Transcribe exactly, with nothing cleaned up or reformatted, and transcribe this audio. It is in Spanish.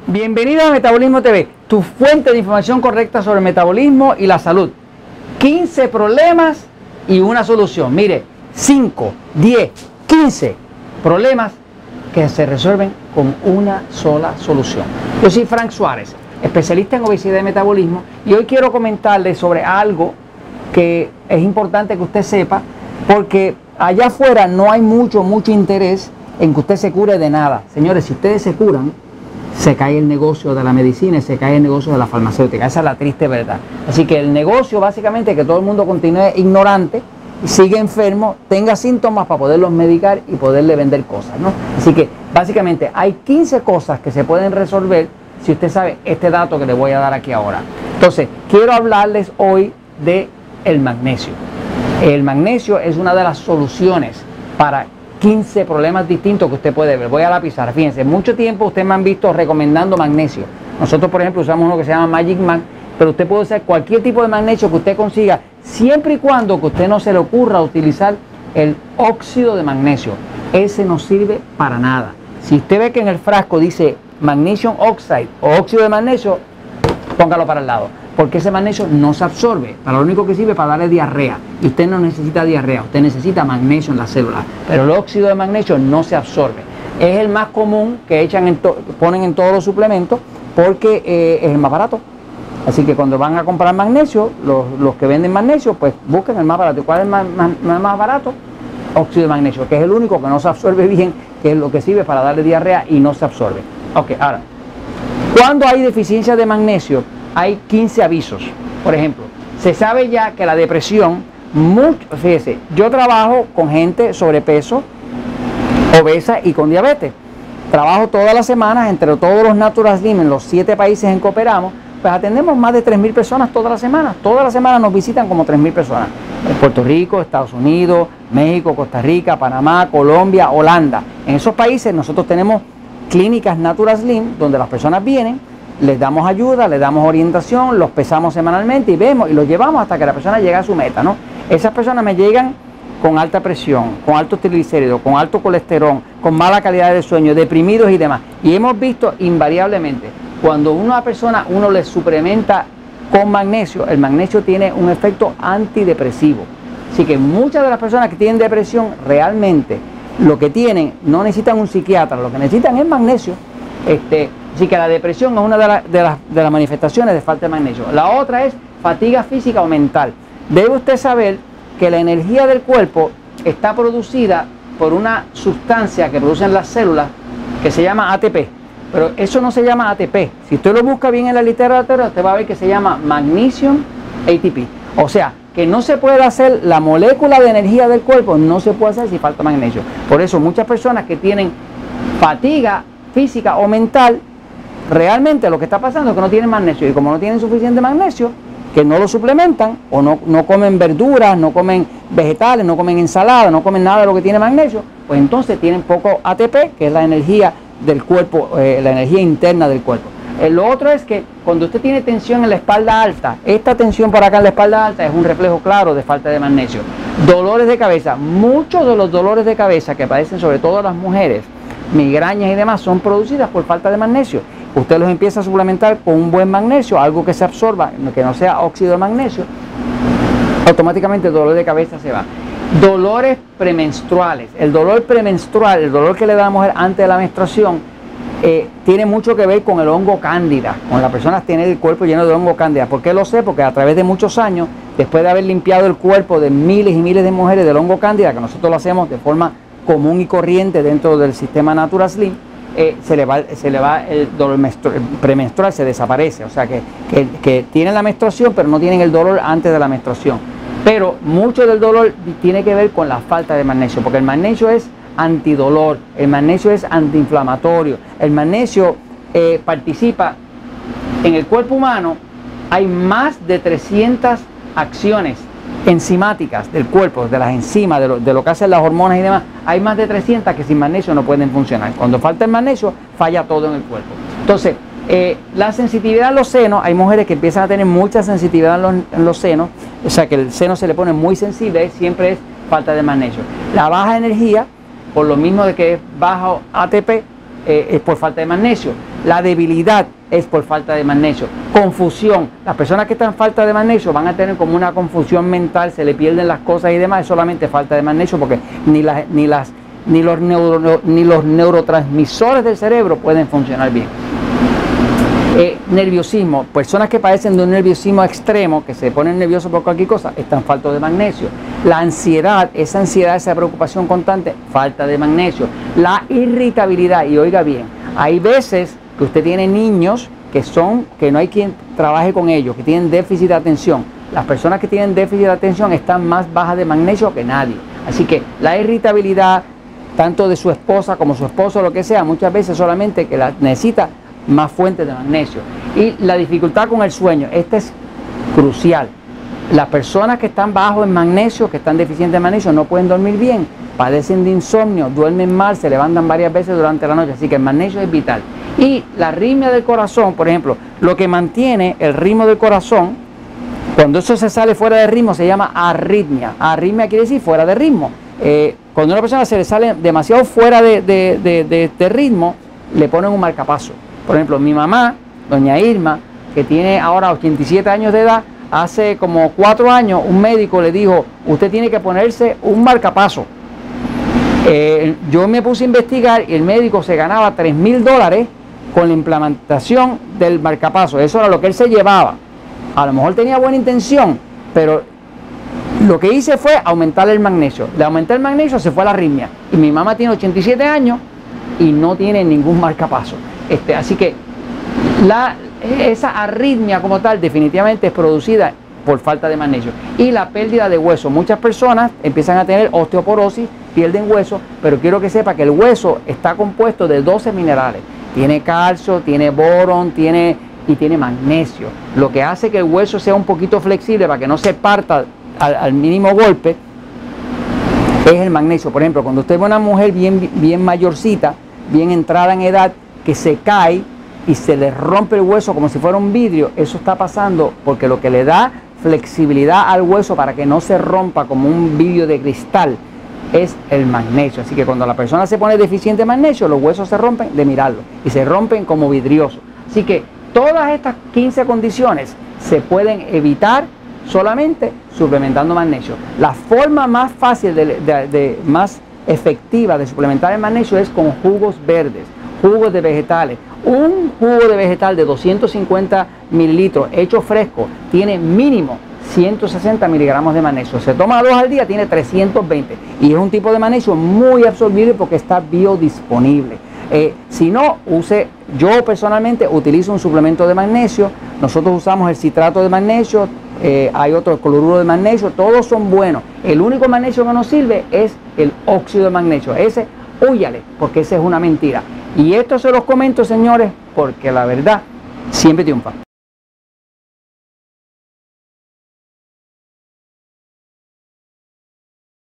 Bienvenido a Metabolismo T V, tu fuente de información correcta sobre el metabolismo y la salud. quince problemas y una solución. Mire, cinco, diez, quince problemas que se resuelven con una sola solución. Yo soy Frank Suárez, especialista en obesidad y metabolismo, y hoy quiero comentarles sobre algo que es importante que usted sepa, porque allá afuera no hay mucho, mucho interés en que usted se cure de nada. Señores, si ustedes se curan, se cae el negocio de la medicina y se cae el negocio de la farmacéutica. Esa es la triste verdad. Así que el negocio básicamente es que todo el mundo continúe ignorante, sigue enfermo, tenga síntomas para poderlos medicar y poderle vender cosas, ¿no? Así que básicamente hay quince cosas que se pueden resolver si usted sabe este dato que le voy a dar aquí ahora. Entonces, quiero hablarles hoy de el magnesio. El magnesio es una de las soluciones para quince problemas distintos que usted puede ver. Voy a la pizarra. Fíjense, mucho tiempo ustedes me han visto recomendando magnesio. Nosotros, por ejemplo, usamos uno que se llama Magic Mag, pero usted puede usar cualquier tipo de magnesio que usted consiga, siempre y cuando que usted no se le ocurra utilizar el óxido de magnesio. Ese no sirve para nada. Si usted ve que en el frasco dice Magnesium Oxide o óxido de magnesio, póngalo para el lado, porque ese magnesio no se absorbe. Para lo único que sirve para darle diarrea, y usted no necesita diarrea, usted necesita magnesio en las células, pero el óxido de magnesio no se absorbe. Es el más común que echan en ponen en todos los suplementos porque eh, es el más barato. Así que cuando van a comprar magnesio, los, los que venden magnesio, pues busquen el más barato. ¿Y cuál es el más, más, más barato? Óxido de magnesio, que es el único que no se absorbe bien, que es lo que sirve para darle diarrea y no se absorbe. Ok, ahora, cuando hay deficiencia de magnesio, hay quince avisos. Por ejemplo, se sabe ya que la depresión, mucho, fíjese, yo trabajo con gente sobrepeso, obesa y con diabetes. Trabajo todas las semanas entre todos los Natural Slim en los siete países en que operamos. Pues atendemos más de tres mil personas todas las semanas. Todas las semanas nos visitan como tres mil personas. En Puerto Rico, Estados Unidos, México, Costa Rica, Panamá, Colombia, Holanda. En esos países nosotros tenemos clínicas Natural Slim donde las personas vienen, les damos ayuda, les damos orientación, los pesamos semanalmente y vemos y los llevamos hasta que la persona llega a su meta, ¿no? Esas personas me llegan con alta presión, con altos triglicéridos, con alto colesterol, con mala calidad de sueño, deprimidos y demás. Y hemos visto invariablemente, cuando una persona uno le suplementa con magnesio, el magnesio tiene un efecto antidepresivo. Así que muchas de las personas que tienen depresión realmente lo que tienen no necesitan un psiquiatra, lo que necesitan es magnesio. Este, así que la depresión es una de, la, de, las, de las manifestaciones de falta de magnesio. La otra es fatiga física o mental. Debe usted saber que la energía del cuerpo está producida por una sustancia que producen las células que se llama A T P. Pero eso no se llama A T P. Si usted lo busca bien en la literatura, usted va a ver que se llama Magnesium A T P. O sea, que no se puede hacer la molécula de energía del cuerpo, no se puede hacer si falta magnesio. Por eso muchas personas que tienen fatiga física o mental, realmente lo que está pasando es que no tienen magnesio. Y como no tienen suficiente magnesio, que no lo suplementan, o no, no comen verduras, no comen vegetales, no comen ensalada, no comen nada de lo que tiene magnesio, pues entonces tienen poco A T P, que es la energía del cuerpo, eh, la energía interna del cuerpo. Eh, lo otro es que cuando usted tiene tensión en la espalda alta, esta tensión por acá en la espalda alta es un reflejo claro de falta de magnesio. Dolores de cabeza, muchos de los dolores de cabeza que padecen sobre todo las mujeres, migrañas y demás, son producidas por falta de magnesio. Usted los empieza a suplementar con un buen magnesio, algo que se absorba, que no sea óxido de magnesio, automáticamente el dolor de cabeza se va. Dolores premenstruales. El dolor premenstrual, el dolor que le da a la mujer antes de la menstruación, eh, tiene mucho que ver con el hongo cándida, con las personas tienen el cuerpo lleno de hongo cándida. ¿Por qué lo sé? Porque a través de muchos años, después de haber limpiado el cuerpo de miles y miles de mujeres del hongo cándida, que nosotros lo hacemos de forma común y corriente dentro del sistema Natural Slim, eh, se le va, se le va el dolor premenstrual, se desaparece. O sea que, que, que tienen la menstruación, pero no tienen el dolor antes de la menstruación. Pero mucho del dolor tiene que ver con la falta de magnesio, porque el magnesio es antidolor, el magnesio es antiinflamatorio, el magnesio eh, participa en el cuerpo humano. Hay más de trescientas acciones enzimáticas del cuerpo, de las enzimas, de lo, de lo que hacen las hormonas y demás. Hay más de trescientas que sin magnesio no pueden funcionar. Cuando falta el magnesio, falla todo en el cuerpo. Entonces, Eh, la sensitividad a los senos, hay mujeres que empiezan a tener mucha sensitividad en los, en los senos, o sea que el seno se le pone muy sensible, siempre es falta de magnesio. La baja energía, por lo mismo de que es bajo A T P, eh, es por falta de magnesio. La debilidad es por falta de magnesio. Confusión. Las personas que están en falta de magnesio van a tener como una confusión mental, se le pierden las cosas y demás, es solamente falta de magnesio porque ni, las, ni, las, ni, los, neuro, ni los neurotransmisores del cerebro pueden funcionar bien. Eh, nerviosismo, personas que padecen de un nerviosismo extremo, que se ponen nerviosos por cualquier cosa, están faltos de magnesio. La ansiedad, esa ansiedad, esa preocupación constante, falta de magnesio. La irritabilidad, y oiga bien, hay veces que usted tiene niños que son, que no hay quien trabaje con ellos, que tienen déficit de atención. Las personas que tienen déficit de atención están más bajas de magnesio que nadie. Así que la irritabilidad, tanto de su esposa como su esposo, lo que sea, muchas veces solamente que la necesita más fuentes de magnesio. Y la dificultad con el sueño, esta es crucial. Las personas que están bajos en magnesio, que están deficientes en magnesio, no pueden dormir bien, padecen de insomnio, duermen mal, se levantan varias veces durante la noche, así que el magnesio es vital. Y la arritmia del corazón, por ejemplo, lo que mantiene el ritmo del corazón, cuando eso se sale fuera de ritmo, se llama arritmia. Arritmia quiere decir fuera de ritmo. Eh, cuando a una persona se le sale demasiado fuera de, de, de, de, de ritmo, le ponen un marcapaso. Por ejemplo, mi mamá, doña Irma, que tiene ahora ochenta y siete años de edad, hace como cuatro años un médico le dijo, usted tiene que ponerse un marcapaso. Eh, yo me puse a investigar y el médico se ganaba tres mil dólares con la implementación del marcapaso. Eso era lo que él se llevaba. A lo mejor tenía buena intención, pero lo que hice fue aumentar el magnesio. Le aumenté el magnesio, se fue la arritmia. Y mi mamá tiene ochenta y siete años y no tiene ningún marcapaso. Este, así que la, esa arritmia como tal definitivamente es producida por falta de magnesio. Y la pérdida de hueso. Muchas personas empiezan a tener osteoporosis, pierden hueso, pero quiero que sepa que el hueso está compuesto de doce minerales. Tiene calcio, tiene borón, tiene, y tiene magnesio. Lo que hace que el hueso sea un poquito flexible para que no se parta al, al mínimo golpe es el magnesio. Por ejemplo, cuando usted ve una mujer bien, bien mayorcita, bien entrada en edad, que se cae y se le rompe el hueso como si fuera un vidrio, eso está pasando porque lo que le da flexibilidad al hueso para que no se rompa como un vidrio de cristal es el magnesio. Así que cuando la persona se pone deficiente de magnesio, los huesos se rompen de mirarlo y se rompen como vidriosos. Así que todas estas quince condiciones se pueden evitar solamente suplementando magnesio. La forma más fácil, de, de, de, más efectiva de suplementar el magnesio es con jugos verdes, jugos de vegetales. Un jugo de vegetal de doscientos cincuenta mililitros hecho fresco tiene mínimo ciento sesenta miligramos de magnesio. Se toma dos al día, tiene trescientos veinte. Y es un tipo de magnesio muy absorbible porque está biodisponible. Eh, si no, use, yo personalmente utilizo un suplemento de magnesio. Nosotros usamos el citrato de magnesio, eh, hay otro, el cloruro de magnesio, todos son buenos. El único magnesio que nos sirve es el óxido de magnesio. Ese, húyale, porque esa es una mentira. Y esto se los comento, señores, porque la verdad siempre triunfa.